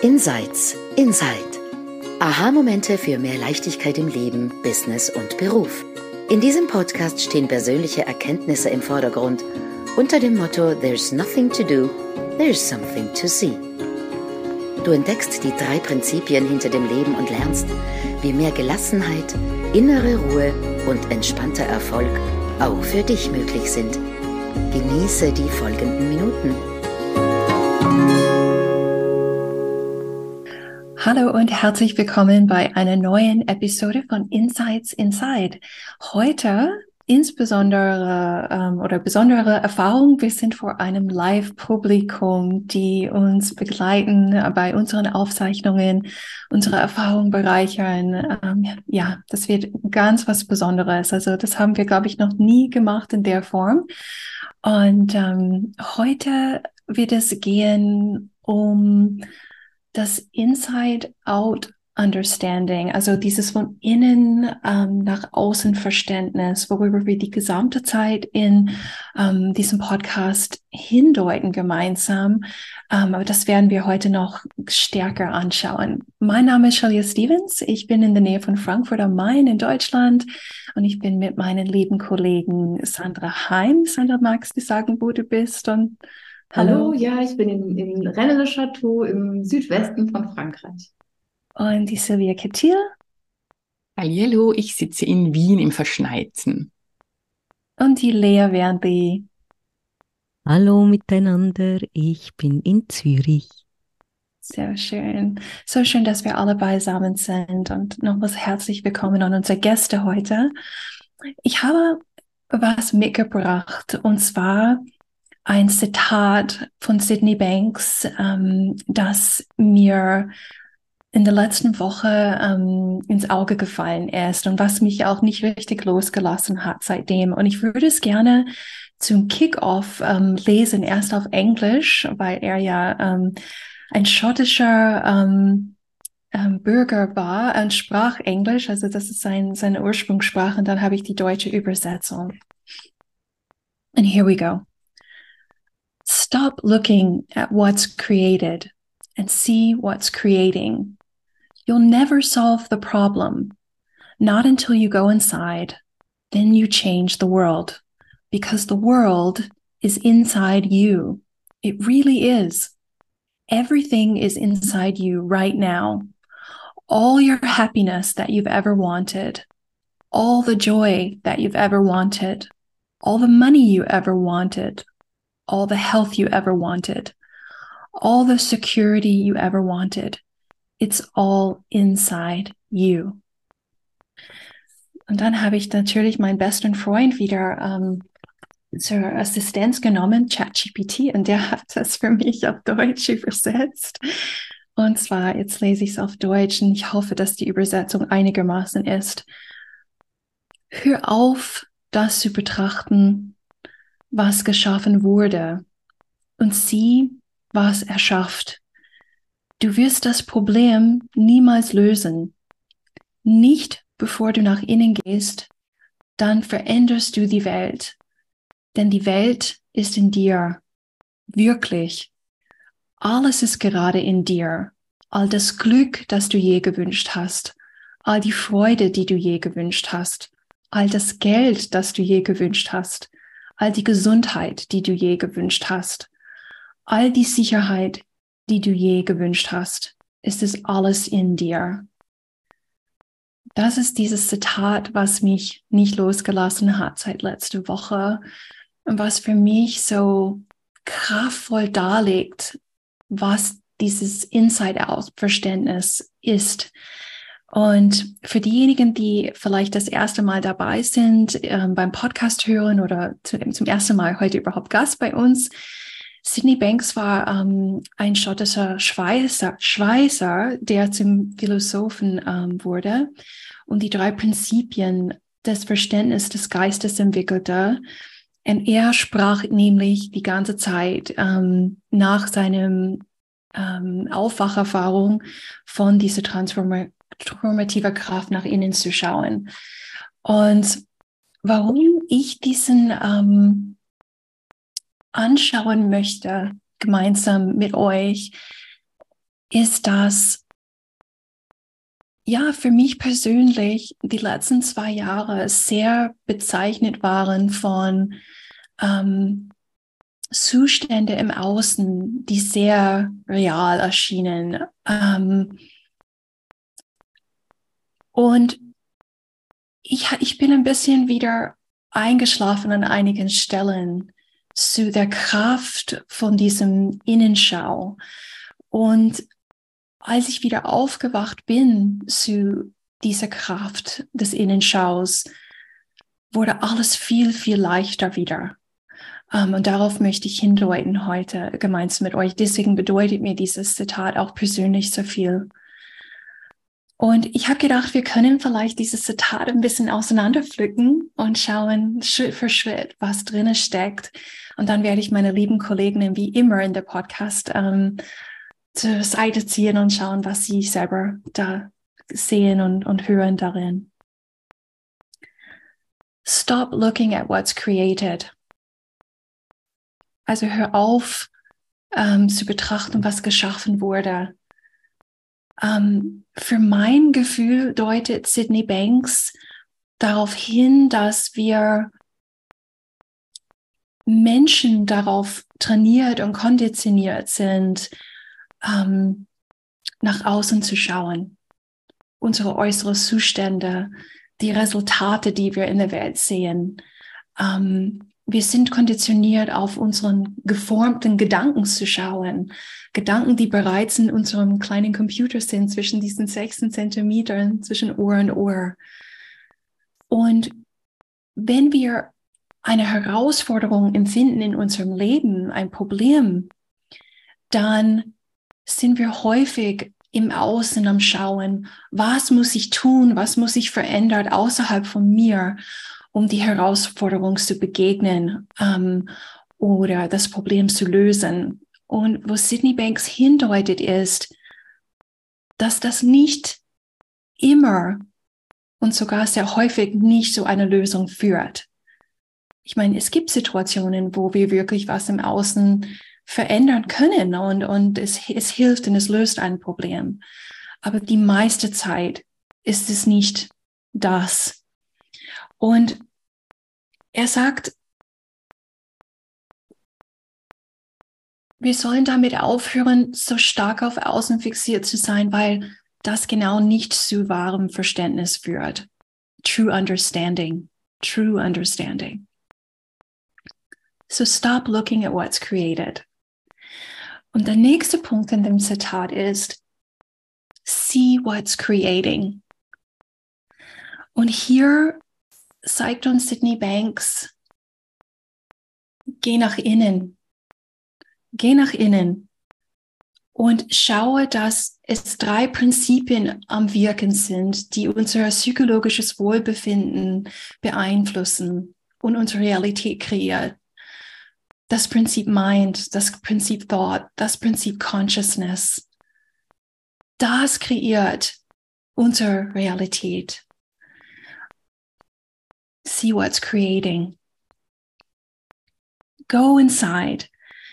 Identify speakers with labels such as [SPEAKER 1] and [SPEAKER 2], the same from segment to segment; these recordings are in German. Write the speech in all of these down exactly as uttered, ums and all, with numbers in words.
[SPEAKER 1] Insights Inside. Aha-Momente für mehr Leichtigkeit im Leben, Business und Beruf. In diesem Podcast stehen persönliche Erkenntnisse im Vordergrund unter dem Motto There's nothing to do, there's something to see. Du entdeckst die drei Prinzipien hinter dem Leben und lernst, wie mehr Gelassenheit, innere Ruhe und entspannter Erfolg auch für dich möglich sind. Genieße die folgenden Minuten.
[SPEAKER 2] Hallo und herzlich willkommen bei einer neuen Episode von Insights Inside. Heute insbesondere ähm, oder besondere Erfahrung. Wir sind vor einem Live-Publikum, die uns begleiten bei unseren Aufzeichnungen, unsere Erfahrungen bereichern. Ähm, ja, das wird ganz was Besonderes. Also das haben wir, glaube ich, noch nie gemacht in der Form. Und ähm, heute wird es gehen um das Inside-Out-Understanding, also dieses von innen ähm, nach außen Verständnis, worüber wir die gesamte Zeit in ähm, diesem Podcast hindeuten gemeinsam. Ähm, aber das werden wir heute noch stärker anschauen. Mein Name ist Shalia Stevens. Ich bin in der Nähe von Frankfurt am Main in Deutschland und ich bin mit meinen lieben Kollegen Sandra Heim. Sandra, magst du sagen, wo du bist? Und
[SPEAKER 3] Hallo, ja, ich bin in, in Rennes-le-Château im Südwesten von Frankreich.
[SPEAKER 2] Und die Silvia Kettil.
[SPEAKER 4] Hallo, ich sitze in Wien im Verschneiten.
[SPEAKER 2] Und die Lea Wernli.
[SPEAKER 5] Hallo miteinander, ich bin in Zürich.
[SPEAKER 2] Sehr schön. So schön, dass wir alle beisammen sind und nochmals herzlich willkommen an unsere Gäste heute. Ich habe was mitgebracht und zwar ein Zitat von Sydney Banks, ähm, das mir in der letzten Woche ähm, ins Auge gefallen ist und was mich auch nicht richtig losgelassen hat seitdem. Und ich würde es gerne zum Kick-Off ähm, lesen, erst auf Englisch, weil er ja ähm, ein schottischer ähm, ähm, Bürger war und sprach Englisch, also das ist sein, seine Ursprungssprache, und dann habe ich die deutsche Übersetzung. And here we go. Stop looking at what's created and see what's creating. You'll never solve the problem, not until you go inside. Then you change the world, because the world is inside you. It really is. Everything is inside you right now. All your happiness that you've ever wanted, all the joy that you've ever wanted, all the money you ever wanted, all the health you ever wanted, all the security you ever wanted. It's all inside you. Und dann habe ich natürlich meinen besten Freund wieder ähm, zur Assistenz genommen, ChatGPT, und der hat das für mich auf Deutsch übersetzt. Und zwar, jetzt lese ich es auf Deutsch und ich hoffe, dass die Übersetzung einigermaßen ist. Hör auf, das zu betrachten, was geschaffen wurde, und sieh, was er schafft. Du wirst das Problem niemals lösen. Nicht bevor du nach innen gehst, dann veränderst du die Welt. Denn die Welt ist in dir. Wirklich. Alles ist gerade in dir. All das Glück, das du je gewünscht hast. All die Freude, die du je gewünscht hast. All das Geld, das du je gewünscht hast. All die Gesundheit, die du je gewünscht hast. All die Sicherheit, die du je gewünscht hast. Ist es alles in dir. Das ist dieses Zitat, was mich nicht losgelassen hat seit letzter Woche und was für mich so kraftvoll darlegt, was dieses Inside-Out-Verständnis ist. Und für diejenigen, die vielleicht das erste Mal dabei sind, ähm, beim Podcast hören oder zu, zum ersten Mal heute überhaupt Gast bei uns, Sydney Banks war ähm, ein schottischer Schweizer, Schweizer, der zum Philosophen ähm, wurde und die drei Prinzipien des Verständnisses des Geistes entwickelte. Und er sprach nämlich die ganze Zeit ähm, nach seinem ähm, Aufwacherfahrung von dieser Transform- transformativer Kraft nach innen zu schauen. Und warum ich diesen ähm, anschauen möchte, gemeinsam mit euch, ist, dass ja, für mich persönlich die letzten zwei Jahre sehr bezeichnet waren von ähm, Zustände im Außen, die sehr real erschienen. Ähm, und ich, ich bin ein bisschen wieder eingeschlafen an einigen Stellen zu der Kraft von diesem Innenschau. Und als ich wieder aufgewacht bin zu dieser Kraft des Innenschaus, wurde alles viel, viel leichter wieder. Um, und darauf möchte ich hindeuten heute gemeinsam mit euch. Deswegen bedeutet mir dieses Zitat auch persönlich so viel. Und ich habe gedacht, wir können vielleicht dieses Zitat ein bisschen auseinanderpflücken und schauen Schritt für Schritt, was drin steckt. Und dann werde ich meine lieben Kolleginnen wie immer in der Podcast um, zur Seite ziehen und schauen, was sie selber da sehen und, und hören darin. Stop looking at what's created. Also hör auf, ähm, zu betrachten, was geschaffen wurde. Ähm, für mein Gefühl deutet Sydney Banks darauf hin, dass wir Menschen darauf trainiert und konditioniert sind, ähm, nach außen zu schauen. Unsere äußeren Zustände, die Resultate, die wir in der Welt sehen. Ähm, wir sind konditioniert, auf unseren geformten Gedanken zu schauen. Gedanken, die bereits in unserem kleinen Computer sind, zwischen diesen sechzehn Zentimetern, zwischen Ohr und Ohr. Und wenn wir eine Herausforderung empfinden in unserem Leben, ein Problem, dann sind wir häufig im Außen am Schauen, was muss ich tun, was muss ich verändern außerhalb von mir, um die Herausforderung zu begegnen ähm, oder das Problem zu lösen. Und wo Sydney Banks hindeutet ist, dass das nicht immer und sogar sehr häufig nicht zu einer Lösung führt. Ich meine, es gibt Situationen, wo wir wirklich was im Außen verändern können und, und es, es hilft und es löst ein Problem. Aber die meiste Zeit ist es nicht das. Und er sagt, wir sollen damit aufhören, so stark auf Außen fixiert zu sein, weil das genau nicht zu wahrem Verständnis führt. True understanding. True understanding. So stop looking at what's created. Und der nächste Punkt in dem Zitat ist, see what's creating. Und hier zeigt uns Sydney Banks, geh nach innen. Geh nach innen und schaue, dass es drei Prinzipien am Wirken sind, die unser psychologisches Wohlbefinden beeinflussen und unsere Realität kreieren. Das Prinzip Mind, das Prinzip Thought, das Prinzip Consciousness. Das kreiert unsere Realität. See what's creating. Go inside.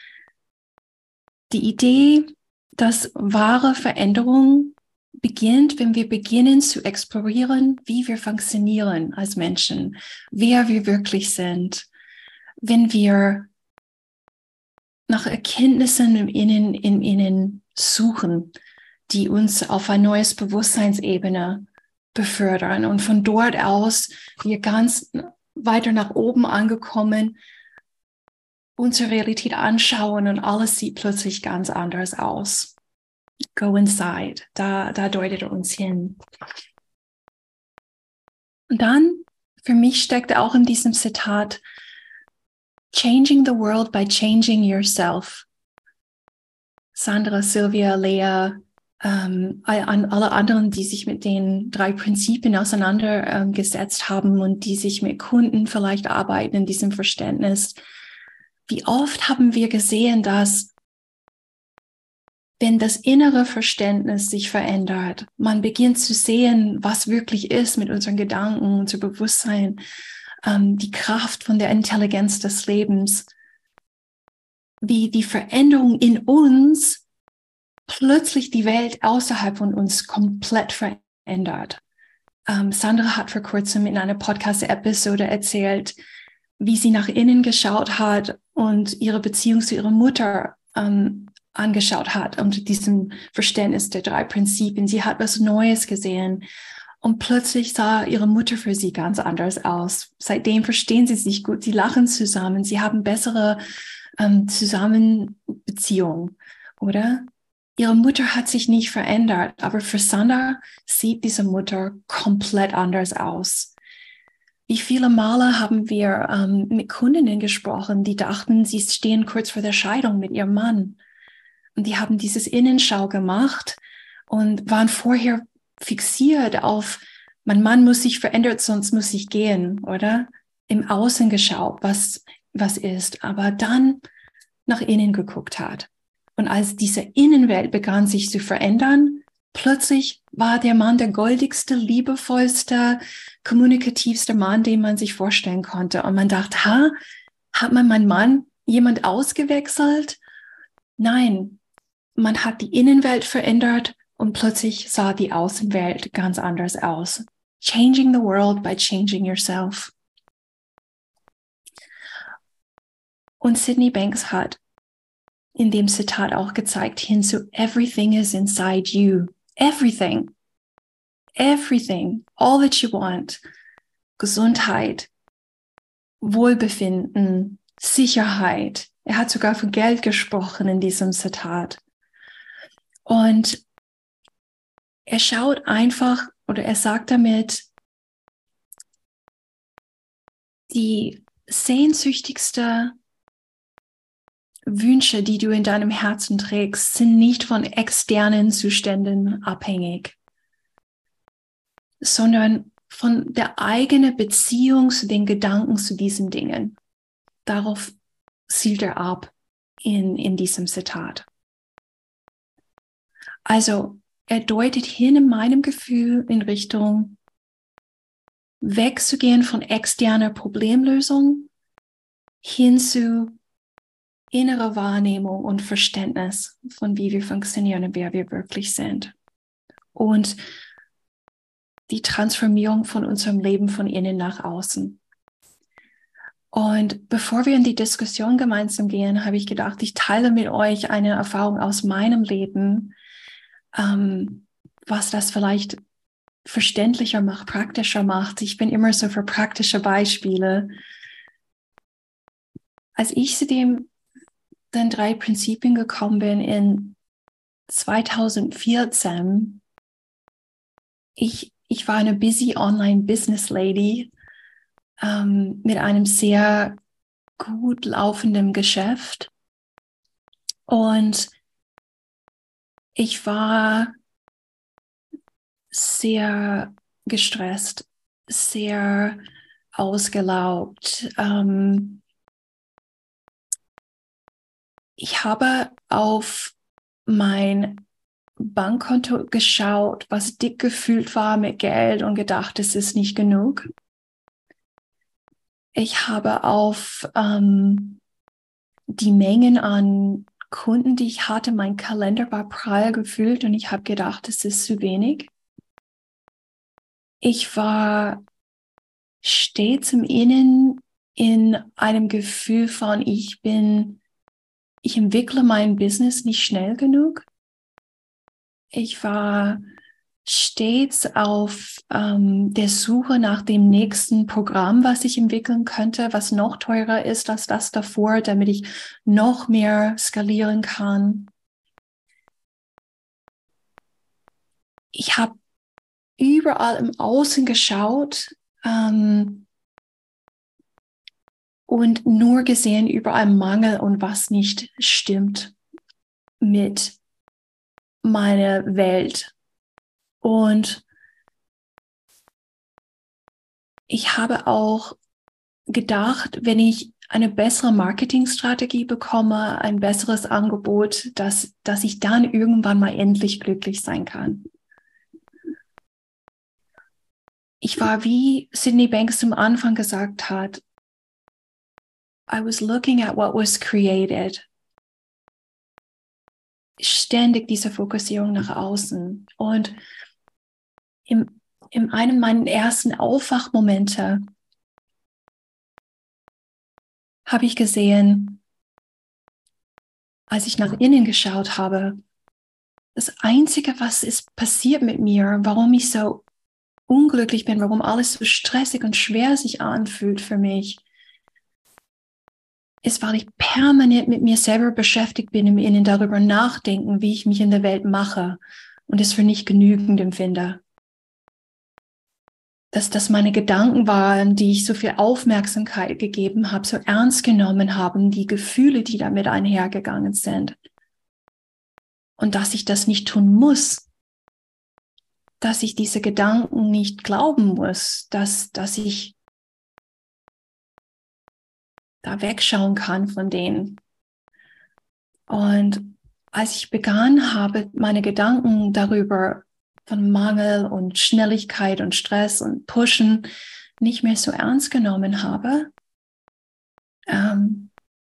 [SPEAKER 2] Die Idee, dass wahre Veränderung beginnt, wenn wir beginnen zu explorieren, wie wir funktionieren als Menschen, wer wir wirklich sind. Wenn wir nach Erkenntnissen im Innen, im Innen suchen, die uns auf eine neue Bewusstseinsebene befördern. Und von dort aus, wir ganz weiter nach oben angekommen, unsere Realität anschauen und alles sieht plötzlich ganz anders aus. Go inside, da, da deutet er uns hin. Und dann, für mich steckt auch in diesem Zitat, changing the world by changing yourself. Sandra, Sylvia, Lea, ähm, alle anderen, die sich mit den drei Prinzipien auseinandergesetzt ähm, haben und die sich mit Kunden vielleicht arbeiten in diesem Verständnis. Wie oft haben wir gesehen, dass wenn das innere Verständnis sich verändert, man beginnt zu sehen, was wirklich ist mit unseren Gedanken, unser Bewusstsein, ähm, die Kraft von der Intelligenz des Lebens, wie die Veränderung in uns plötzlich die Welt außerhalb von uns komplett verändert. Ähm, Sandra hat vor kurzem in einer Podcast-Episode erzählt, wie sie nach innen geschaut hat und ihre Beziehung zu ihrer Mutter ähm, angeschaut hat unter diesem Verständnis der drei Prinzipien. Sie hat was Neues gesehen und plötzlich sah ihre Mutter für sie ganz anders aus. Seitdem verstehen sie sich gut, sie lachen zusammen, sie haben bessere ähm, Zusammenbeziehungen, oder? Ihre Mutter hat sich nicht verändert, aber für Sandra sieht diese Mutter komplett anders aus. Wie viele Male haben wir ähm, mit Kundinnen gesprochen, die dachten, sie stehen kurz vor der Scheidung mit ihrem Mann. Und die haben dieses Innenschau gemacht und waren vorher fixiert auf, mein Mann muss sich verändern, sonst muss ich gehen, oder? Im Außen geschaut, was, was ist, aber dann nach innen geguckt hat. Und als diese Innenwelt begann sich zu verändern, plötzlich war der Mann der goldigste, liebevollste, kommunikativste Mann, den man sich vorstellen konnte. Und man dachte, ha, hat man meinen Mann jemand ausgewechselt? Nein, man hat die Innenwelt verändert und plötzlich sah die Außenwelt ganz anders aus. Changing the world by changing yourself. Und Sydney Banks hat in dem Zitat auch gezeigt hinzu, everything is inside you. Everything. Everything. All that you want. Gesundheit, Wohlbefinden, Sicherheit. Er hat sogar von Geld gesprochen in diesem Zitat. Und er schaut einfach, oder er sagt damit, die sehnsüchtigste Wünsche, die du in deinem Herzen trägst, sind nicht von externen Zuständen abhängig, sondern von der eigenen Beziehung zu den Gedanken zu diesen Dingen. Darauf zielt er ab in, in diesem Zitat. Also er deutet hin in meinem Gefühl in Richtung wegzugehen von externer Problemlösung hin zu innere Wahrnehmung und Verständnis von wie wir funktionieren und wer wir wirklich sind. Und die Transformierung von unserem Leben von innen nach außen. Und bevor wir in die Diskussion gemeinsam gehen, habe ich gedacht, ich teile mit euch eine Erfahrung aus meinem Leben, ähm, was das vielleicht verständlicher macht, praktischer macht. Ich bin immer so für praktische Beispiele. Als ich zu dem den drei Prinzipien gekommen bin in zweitausendvierzehn, ich, ich war eine busy online Business Lady ähm, mit einem sehr gut laufenden Geschäft und ich war sehr gestresst, sehr ausgelaugt. Ähm, ich habe auf mein Bankkonto geschaut, was dick gefüllt war mit Geld und gedacht, es ist nicht genug. Ich habe auf ähm, die Mengen an Kunden, die ich hatte, mein Kalender war prall gefüllt und ich habe gedacht, es ist zu wenig. Ich war stets im Innen in einem Gefühl von, ich bin, ich entwickle mein Business nicht schnell genug. Ich war stets auf ähm, der Suche nach dem nächsten Programm, was ich entwickeln könnte, was noch teurer ist als das davor, damit ich noch mehr skalieren kann. Ich habe überall im Außen geschaut ähm, und nur gesehen überall Mangel und was nicht stimmt mit meiner Welt. Und ich habe auch gedacht, wenn ich eine bessere Marketingstrategie bekomme, ein besseres Angebot, dass, dass ich dann irgendwann mal endlich glücklich sein kann. Ich war, wie Sydney Banks am Anfang gesagt hat, I was looking at what was created. ständig diese Fokussierung nach außen. Und in, in einem meiner ersten Aufwachmomente habe ich gesehen, als ich nach innen geschaut habe, das Einzige, was ist passiert mit mir, warum ich so unglücklich bin, warum alles so stressig und schwer sich anfühlt für mich, ist, weil ich permanent mit mir selber beschäftigt bin, im Innen darüber nachdenken, wie ich mich in der Welt mache und es für nicht genügend empfinde. Dass das meine Gedanken waren, die ich so viel Aufmerksamkeit gegeben habe, so ernst genommen haben, die Gefühle, die damit einhergegangen sind. Und dass ich das nicht tun muss, dass ich diese Gedanken nicht glauben muss, dass, dass ich da wegschauen kann von denen. Und als ich begann habe, meine Gedanken darüber von Mangel und Schnelligkeit und Stress und Pushen nicht mehr so ernst genommen habe, ähm,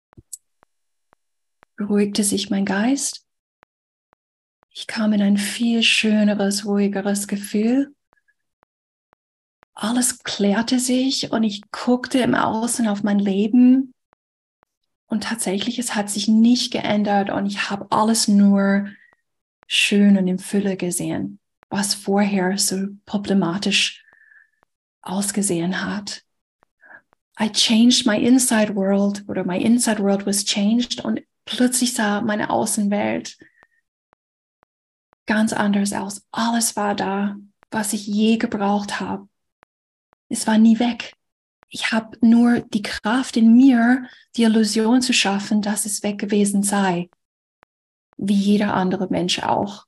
[SPEAKER 2] beruhigte sich mein Geist. Ich kam in ein viel schöneres, ruhigeres Gefühl. Alles klärte sich und ich guckte im Außen auf mein Leben. Und tatsächlich, es hat sich nicht geändert und ich habe alles nur schön und in Fülle gesehen, was vorher so problematisch ausgesehen hat. I changed my inside world oder my inside world was changed und plötzlich sah meine Außenwelt ganz anders aus. Alles war da, was ich je gebraucht habe. Es war nie weg. Ich habe nur die Kraft in mir, die Illusion zu schaffen, dass es weg gewesen sei. Wie jeder andere Mensch auch.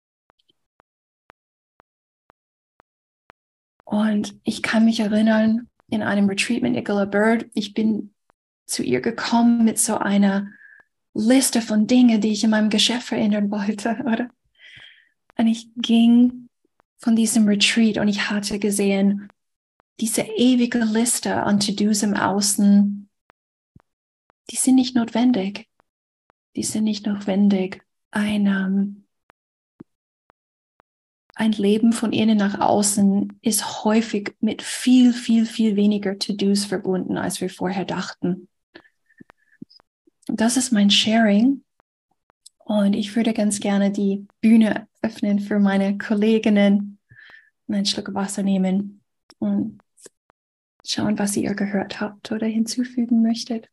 [SPEAKER 2] Und ich kann mich erinnern, in einem Retreat mit Nicola Bird, ich bin zu ihr gekommen mit so einer Liste von Dingen, die ich in meinem Geschäft verändern wollte, oder? Und ich ging von diesem Retreat und ich hatte gesehen, diese ewige Liste an To-Dos im Außen, die sind nicht notwendig. Die sind nicht notwendig. Ein, um, ein Leben von innen nach außen ist häufig mit viel, viel, viel weniger To-Dos verbunden, als wir vorher dachten. Das ist mein Sharing. Und ich würde ganz gerne die Bühne öffnen für meine Kolleginnen und einen Schluck Wasser nehmen und schauen, was ihr gehört habt oder hinzufügen möchtet.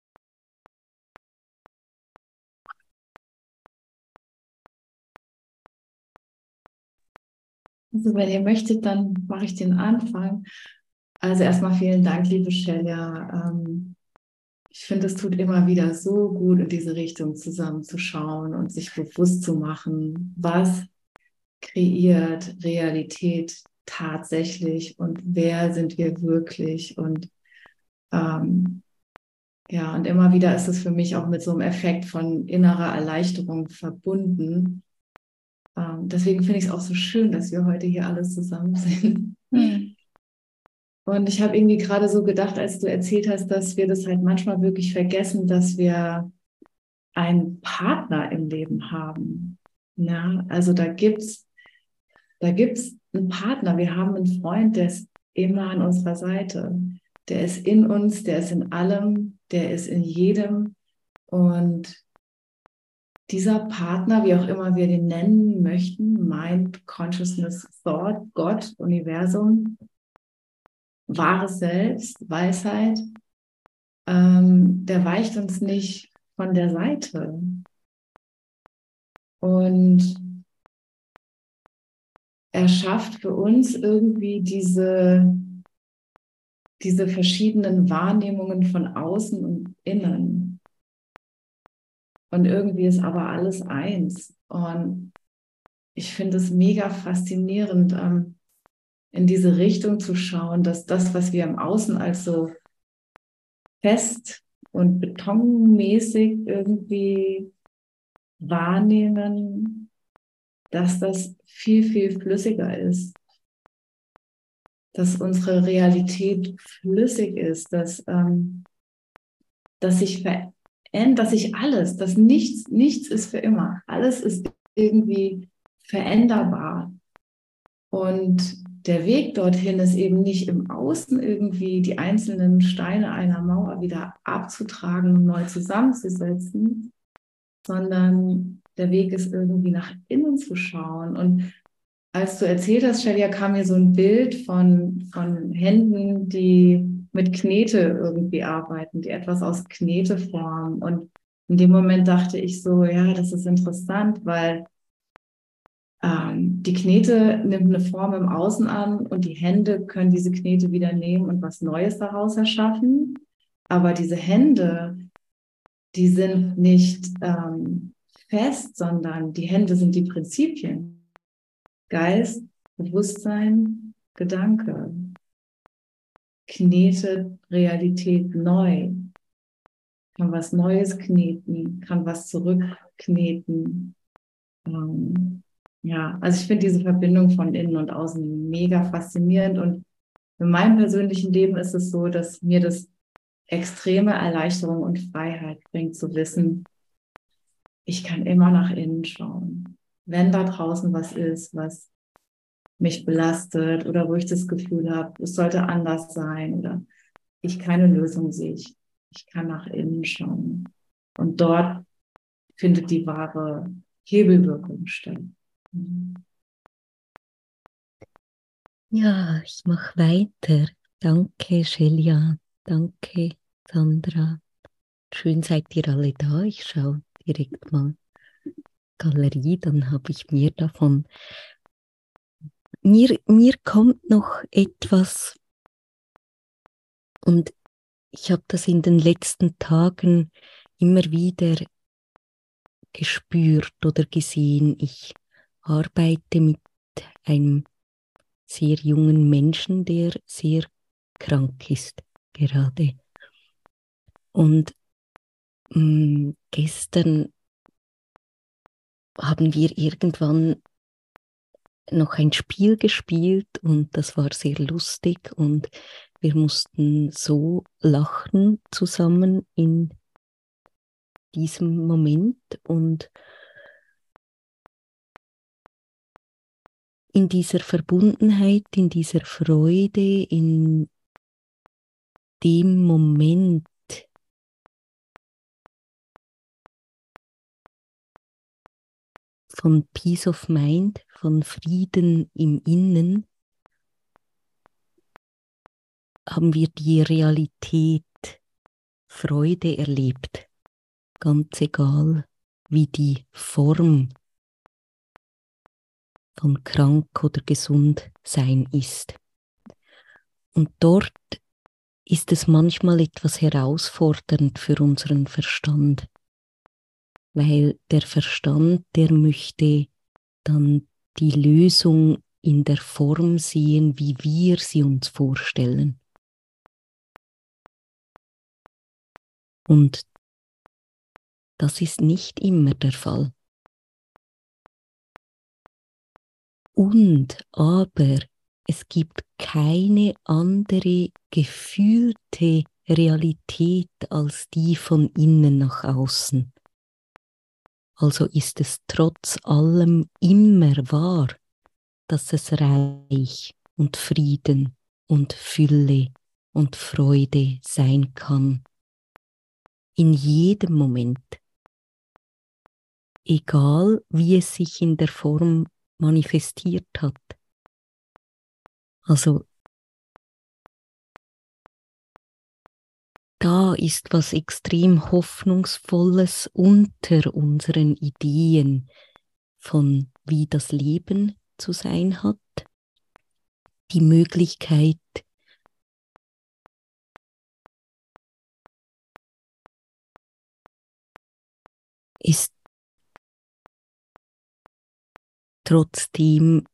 [SPEAKER 3] Also wenn ihr möchtet, dann mache ich den Anfang. Also erstmal vielen Dank, liebe Shelia. Ähm, ich finde, es tut immer wieder so gut, in diese Richtung zusammenzuschauen und sich bewusst zu machen, was kreiert Realität tatsächlich und wer sind wir wirklich. Und ähm, ja, und immer wieder ist es für mich auch mit so einem Effekt von innerer Erleichterung verbunden. Ähm, deswegen finde ich es auch so schön, dass wir heute hier alle zusammen sind.
[SPEAKER 2] Hm.
[SPEAKER 3] Und ich habe irgendwie gerade so gedacht, als du erzählt hast, dass wir das halt manchmal wirklich vergessen, dass wir einen Partner im Leben haben. Ja, also da gibt's, da gibt's einen Partner. Wir haben einen Freund, der ist immer an unserer Seite. Der ist in uns, der ist in allem, der ist in jedem. Und dieser Partner, wie auch immer wir den nennen möchten, Mind, Consciousness, Thought, Gott, Universum, wahres Selbst, Weisheit, ähm, der weicht uns nicht von der Seite. Und er schafft für uns irgendwie diese, diese verschiedenen Wahrnehmungen von außen und innen. Und irgendwie ist aber alles eins. Und ich finde es mega faszinierend, ähm, in diese Richtung zu schauen, dass das, was wir im Außen als so fest und betonmäßig irgendwie wahrnehmen, dass das viel, viel flüssiger ist. Dass unsere Realität flüssig ist, dass, ähm, dass sich dass sich alles, dass nichts, nichts ist für immer. Alles ist irgendwie veränderbar. Und der Weg dorthin ist eben nicht im Außen irgendwie die einzelnen Steine einer Mauer wieder abzutragen und neu zusammenzusetzen, sondern der Weg ist irgendwie nach innen zu schauen. Und als du erzählt hast, Shelia, kam mir so ein Bild von, von Händen, die mit Knete irgendwie arbeiten, die etwas aus Knete formen. Und in dem Moment dachte ich so, ja, das ist interessant, weil ähm, die Knete nimmt eine Form im Außen an und die Hände können diese Knete wieder nehmen und was Neues daraus erschaffen. Aber diese Hände, die sind nicht ähm, fest, sondern die Hände sind die Prinzipien. Geist, Bewusstsein, Gedanke. Knetet Realität neu. Kann was Neues kneten, kann was zurückkneten. Ähm, ja, also ich finde diese Verbindung von innen und außen mega faszinierend. Und in meinem persönlichen Leben ist es so, dass mir das extreme Erleichterung und Freiheit bringt, zu wissen, ich kann immer nach innen schauen. Wenn da draußen was ist, was mich belastet oder wo ich das Gefühl habe, es sollte anders sein oder ich keine Lösung sehe, ich, ich kann nach innen schauen. Und dort findet die wahre Hebelwirkung statt.
[SPEAKER 5] Ja, ich mache weiter. Danke, Shelia. Danke, Sandra. Schön seid ihr alle da. Ich schaue direkt mal Galerie, dann habe ich mir davon. Mir, mir kommt noch etwas und ich habe das in den letzten Tagen immer wieder gespürt oder gesehen. Ich arbeite mit einem sehr jungen Menschen, der sehr krank ist gerade. Und mh, gestern haben wir irgendwann noch ein Spiel gespielt und das war sehr lustig und wir mussten so lachen zusammen in diesem Moment und in dieser Verbundenheit, in dieser Freude, in dem Moment von Peace of Mind, von Frieden im Innen, haben wir die Realität Freude erlebt, ganz egal, wie die Form von krank oder gesund sein ist. Und dort ist es manchmal etwas herausfordernd für unseren Verstand, weil der Verstand, der möchte dann die Lösung in der Form sehen, wie wir sie uns vorstellen. Und das ist nicht immer der Fall. Und aber es gibt keine andere gefühlte Realität als die von innen nach außen. Also ist es trotz allem immer wahr, dass es Reich und Frieden und Fülle und Freude sein kann. In jedem Moment. Egal wie es sich in der Form manifestiert hat. Also da ist was extrem Hoffnungsvolles unter unseren Ideen von wie das Leben zu sein hat. Die Möglichkeit, ist trotzdem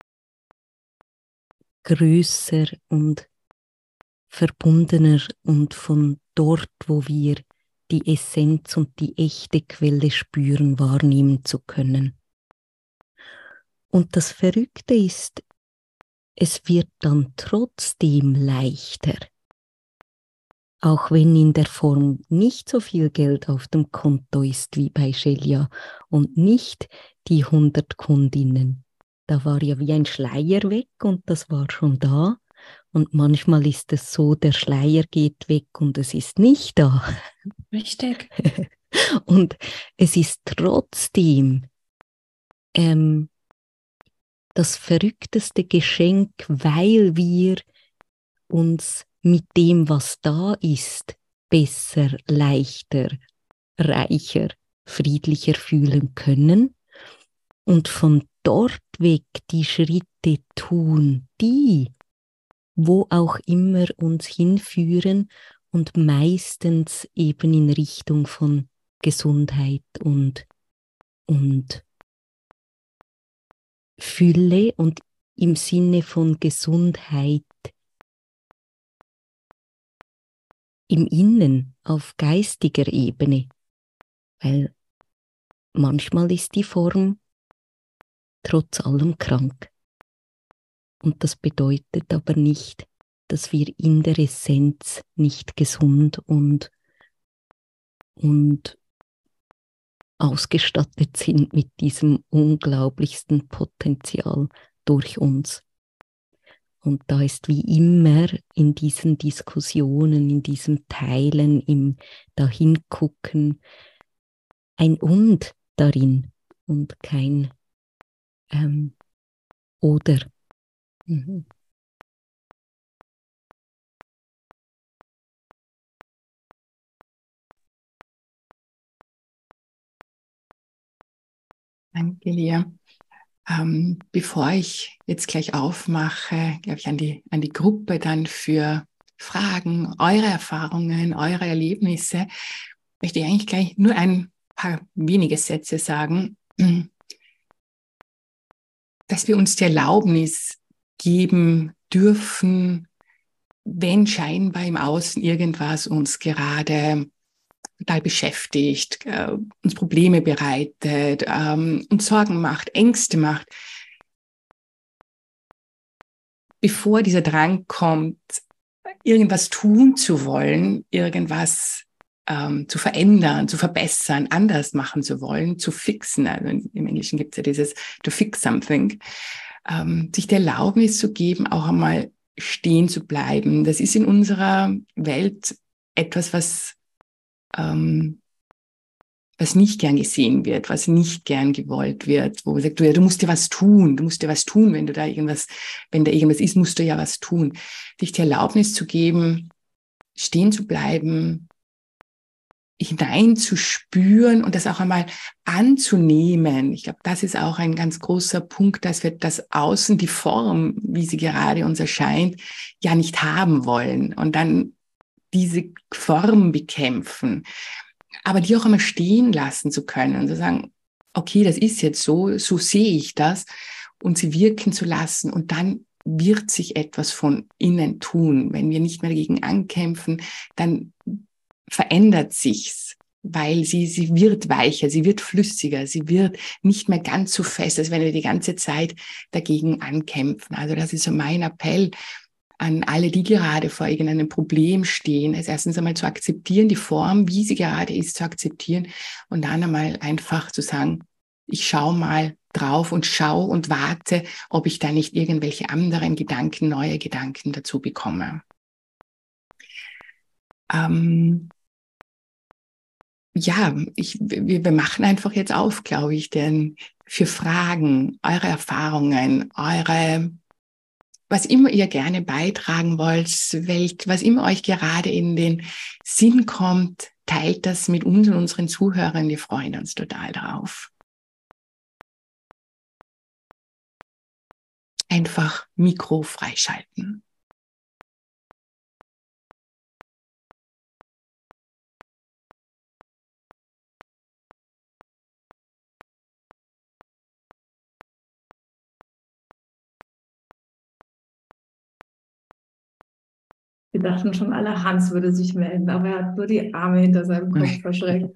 [SPEAKER 5] größer und verbundener und von dort, wo wir die Essenz und die echte Quelle spüren, wahrnehmen zu können. Und das Verrückte ist, es wird dann trotzdem leichter. auch wenn in der Form nicht so viel Geld auf dem Konto ist wie bei Shelia und nicht die hundert Kundinnen. Da war ja wie ein Schleier weg und das war schon da. Und manchmal ist es so, der Schleier geht weg und es ist nicht da.
[SPEAKER 2] Richtig.
[SPEAKER 5] Und es ist trotzdem ähm, das verrückteste Geschenk, weil wir uns mit dem, was da ist, besser, leichter, reicher, friedlicher fühlen können und von dort weg die Schritte tun, die, wo auch immer uns hinführen und meistens eben in Richtung von Gesundheit und, und Fülle und im Sinne von Gesundheit im Innen, auf geistiger Ebene, weil manchmal ist die Form trotz allem krank. Und das bedeutet aber nicht, dass wir in der Essenz nicht gesund und, und ausgestattet sind mit diesem unglaublichsten Potenzial durch uns. Und da ist wie immer in diesen Diskussionen, in diesem Teilen, im Dahingucken ein Und darin und kein ähm, Oder. Mhm.
[SPEAKER 4] Danke, Lia. Ähm, bevor ich jetzt gleich aufmache, glaube ich, an die, an die Gruppe dann für Fragen, eure Erfahrungen, eure Erlebnisse, möchte ich eigentlich gleich nur ein paar wenige Sätze sagen, dass wir uns die Erlaubnis geben dürfen, wenn scheinbar im Außen irgendwas uns gerade total beschäftigt, äh, uns Probleme bereitet, ähm, uns Sorgen macht, Ängste macht, bevor dieser Drang kommt, irgendwas tun zu wollen, irgendwas ähm, zu verändern, zu verbessern, anders machen zu wollen, zu fixen. Also im Englischen gibt es ja dieses to fix something. Ähm, sich der Erlaubnis zu geben, auch einmal stehen zu bleiben. Das ist in unserer Welt etwas, was ähm, was nicht gern gesehen wird, was nicht gern gewollt wird, wo man sagt, du, ja, du musst dir was tun, du musst dir was tun, wenn du da irgendwas, wenn da irgendwas ist, musst du ja was tun. Dich die Erlaubnis zu geben, stehen zu bleiben, hineinzuspüren und das auch einmal anzunehmen. Ich glaube, das ist auch ein ganz großer Punkt, dass wir das Außen, die Form, wie sie gerade uns erscheint, ja nicht haben wollen und dann diese Form bekämpfen. Aber die auch einmal stehen lassen zu können und zu sagen, okay, das ist jetzt so, so sehe ich das und sie wirken zu lassen und dann wird sich etwas von innen tun. Wenn wir nicht mehr dagegen ankämpfen, dann verändert sich's, weil sie, sie wird weicher, sie wird flüssiger, sie wird nicht mehr ganz so fest, als wenn wir die ganze Zeit dagegen ankämpfen. Also das ist so mein Appell an alle, die gerade vor irgendeinem Problem stehen, es erstens einmal zu akzeptieren, die Form, wie sie gerade ist, zu akzeptieren und dann einmal einfach zu sagen, ich schaue mal drauf und schaue und warte, ob ich da nicht irgendwelche anderen Gedanken, neue Gedanken dazu bekomme. Ähm, ja, ich, wir, wir machen einfach jetzt auf, glaube ich, denn für Fragen, eure Erfahrungen, eure was immer ihr gerne beitragen wollt, was immer euch gerade in den Sinn kommt, teilt das mit uns und unseren Zuhörern. Wir freuen uns total drauf. Einfach Mikro freischalten.
[SPEAKER 3] Wir dachten schon alle, Hans würde sich melden, aber er hat nur die Arme hinter seinem Kopf verschränkt.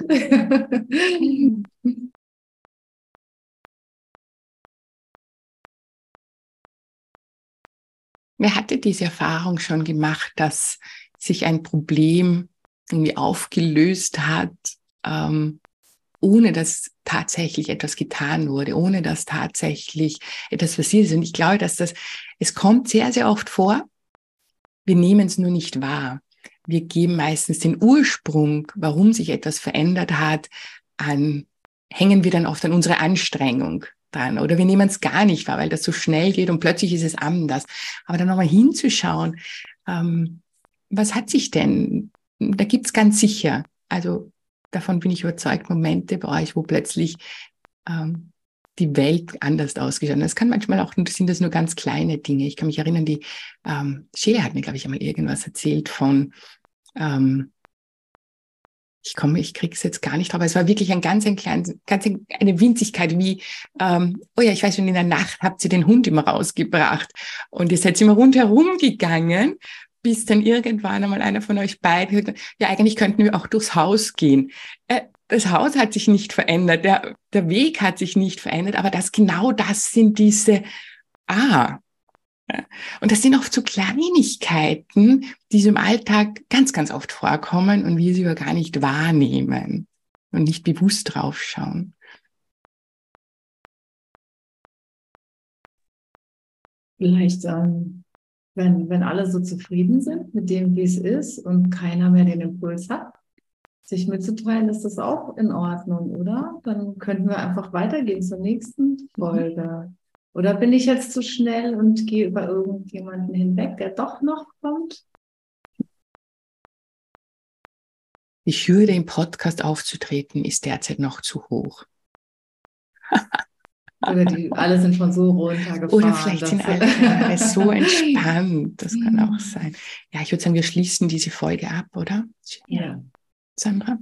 [SPEAKER 4] Wer hatte diese Erfahrung schon gemacht, dass sich ein Problem irgendwie aufgelöst hat, ähm, ohne dass tatsächlich etwas getan wurde, ohne dass tatsächlich etwas passiert ist. Und ich glaube, dass das, es kommt sehr, sehr oft vor, wir nehmen es nur nicht wahr. Wir geben meistens den Ursprung, warum sich etwas verändert hat, an, hängen wir dann oft an unsere Anstrengung dran. Oder wir nehmen es gar nicht wahr, weil das so schnell geht und plötzlich ist es anders. Aber dann nochmal hinzuschauen, ähm, was hat sich denn, da gibt's ganz sicher, also davon bin ich überzeugt, Momente bei euch, wo plötzlich ähm, die Welt anders ausgeschaut hat. Das kann manchmal auch, sind das nur ganz kleine Dinge. Ich kann mich erinnern, die ähm, Sheila hat mir, glaube ich, einmal irgendwas erzählt von, ähm, ich komme, ich krieg's jetzt gar nicht drauf, aber es war wirklich ein ganz, ein kleines, ganz eine Winzigkeit, wie, ähm, oh ja, ich weiß schon, in der Nacht habt ihr den Hund immer rausgebracht und ihr seid immer rundherum gegangen, bis dann irgendwann einmal einer von euch beiden gesagt hat, ja, eigentlich könnten wir auch durchs Haus gehen. Äh, das Haus hat sich nicht verändert, der, der Weg hat sich nicht verändert, aber das genau das sind diese, ah, und das sind oft so Kleinigkeiten, die so im Alltag ganz, ganz oft vorkommen und wir sie aber gar nicht wahrnehmen und nicht bewusst draufschauen.
[SPEAKER 3] Vielleicht, ähm, wenn, wenn alle so zufrieden sind mit dem, wie es ist und keiner mehr den Impuls hat, sich mitzuteilen, ist das auch in Ordnung, oder? Dann könnten wir einfach weitergehen zur nächsten Folge. Oder bin ich jetzt zu schnell und gehe über irgendjemanden hinweg, der doch noch kommt?
[SPEAKER 4] Die Hürde, im Podcast aufzutreten, ist derzeit noch zu hoch.
[SPEAKER 3] Oder die, alle sind schon so runtergefahren.
[SPEAKER 4] Oder vielleicht sind alle gerade so entspannt. Das kann auch sein. Ja, ich würde sagen, wir schließen diese Folge ab, oder?
[SPEAKER 3] Ja.
[SPEAKER 4] Sandra?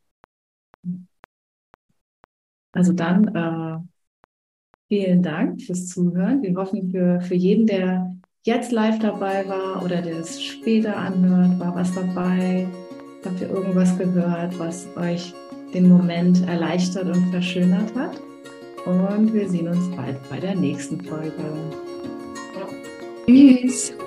[SPEAKER 3] Also dann äh, vielen Dank fürs Zuhören. Wir hoffen, für, für jeden, der jetzt live dabei war oder der es später anhört, war was dabei. Habt ihr irgendwas gehört, was euch den Moment erleichtert und verschönert hat? Und wir sehen uns bald bei der nächsten Folge.
[SPEAKER 4] Tschüss.